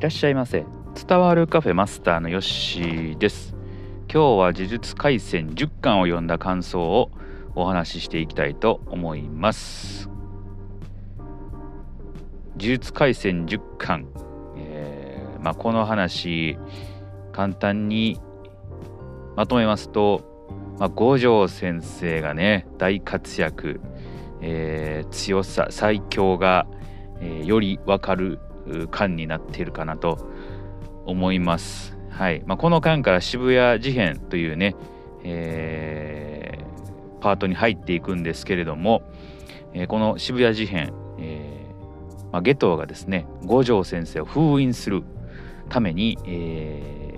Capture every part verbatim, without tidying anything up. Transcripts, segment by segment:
らっしゃいませ。伝わるカフェマスターのヨッシーです。今日は呪術廻戦じゅっかんを読んだ感想をお話ししていきたいと思います。呪術廻戦じゅっかん、えーまあ、この話簡単にまとめますと、まあ、五条先生がね大活躍、えー、強さ最強が、えー、より分かる巻になっているかなと思います。はい。まあ、この巻から渋谷事変というね、えー、パートに入っていくんですけれども、えー、この渋谷事変、えーまあ、夏油がですね五条先生を封印するために、え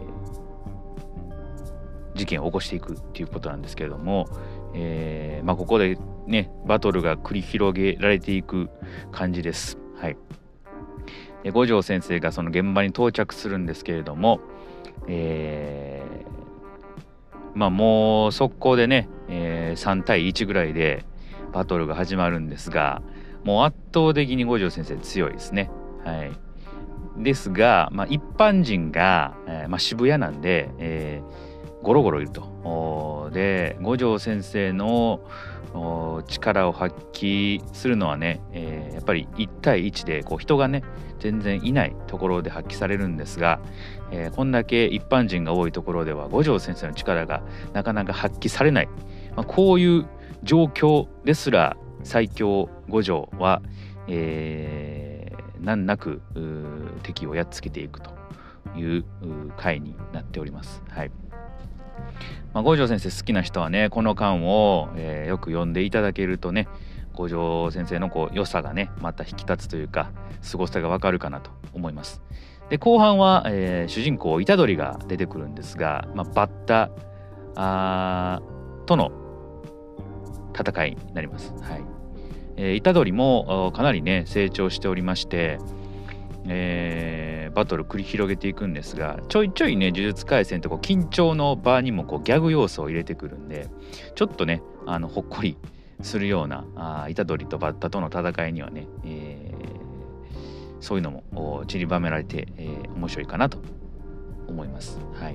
ー、事件を起こしていくっていうことなんですけれども、えーまあ、ここでねバトルが繰り広げられていく感じです。はい。五条先生がその現場に到着するんですけれども、えー、まあもう速攻でね、えー、さんたいいちぐらいでバトルが始まるんですが、もう圧倒的に五条先生強いですね。はい。ですが、まあ、一般人が、えーまあ、渋谷なんで、えー、ゴロゴロいると。で五条先生の力を発揮するのはね、えー、やっぱりいちたいいちでこう人がね全然いないところで発揮されるんですが、えー、こんだけ一般人が多いところでは五条先生の力がなかなか発揮されない、まあ、こういう状況ですら最強五条は、えー、難なく敵をやっつけていくという回になっております。はい。まあ、五条先生好きな人はねこの巻を、えー、よく読んでいただけるとね五条先生のこう良さがねまた引き立つというか凄さがわかるかなと思います。で後半は、えー、主人公虎杖が出てくるんですが、まあ、バッタあとの戦いになります。はい。えー、虎杖もかなりね成長しておりまして、えー、バトル繰り広げていくんですが、ちょいちょいね呪術廻戦とこう緊張の場にもこうギャグ要素を入れてくるんでちょっとねあのほっこりするようなあ虎杖とバッタとの戦いにはね、えー、そういうのも散りばめられて、えー、面白いかなと思います。はい。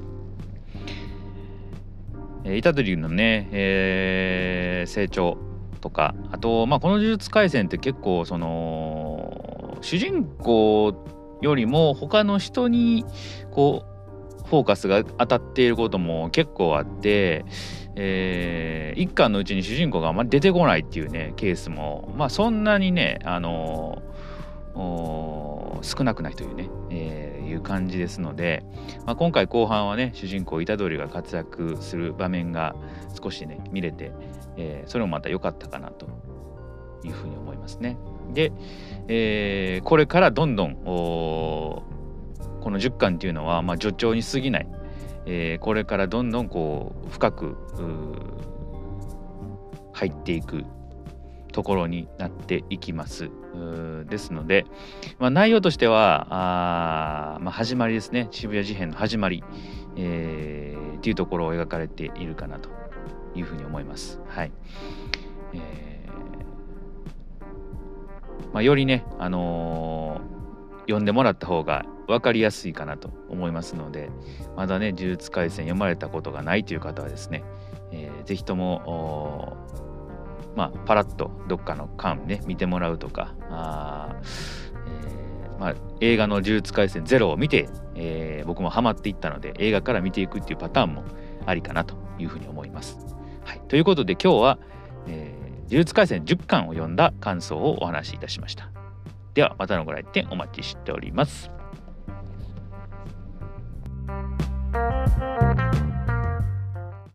えー、虎杖のね、えー、成長とかあと、まあ、この呪術廻戦って結構その主人公よりも他の人にこうフォーカスが当たっていることも結構あって、えー、一巻のうちに主人公があんまり出てこないっていうねケースもまあそんなにねあのー、少なくないというね、えー、いう感じですので、まあ、今回後半はね主人公虎杖が活躍する場面が少しね見れて、えー、それもまた良かったかなというふうに思いますね。で、えー、これからどんどんこのじゅっかんっていうのは、まあ、序章に過ぎない、えー、これからどんどんこう深く入っていくところになっていきます。ですので、まあ、内容としてはあ、まあ、始まりですね渋谷事変の始まり、えー、っていうところを描かれているかなというふうに思います。はい。えーまあ、よりね、あのー、読んでもらった方が分かりやすいかなと思いますので、まだね呪術廻戦読まれたことがないという方はですね、えー、ぜひともまあパラッとどっかの巻ね見てもらうとかあ、えーまあ、映画の呪術廻戦ゼロを見て、えー、僕もハマっていったので映画から見ていくっていうパターンもありかなというふうに思います。はい、ということで今日は、えー呪術廻戦じゅっかんを読んだ感想をお話しいたしました。ではまたのご来店お待ちしております。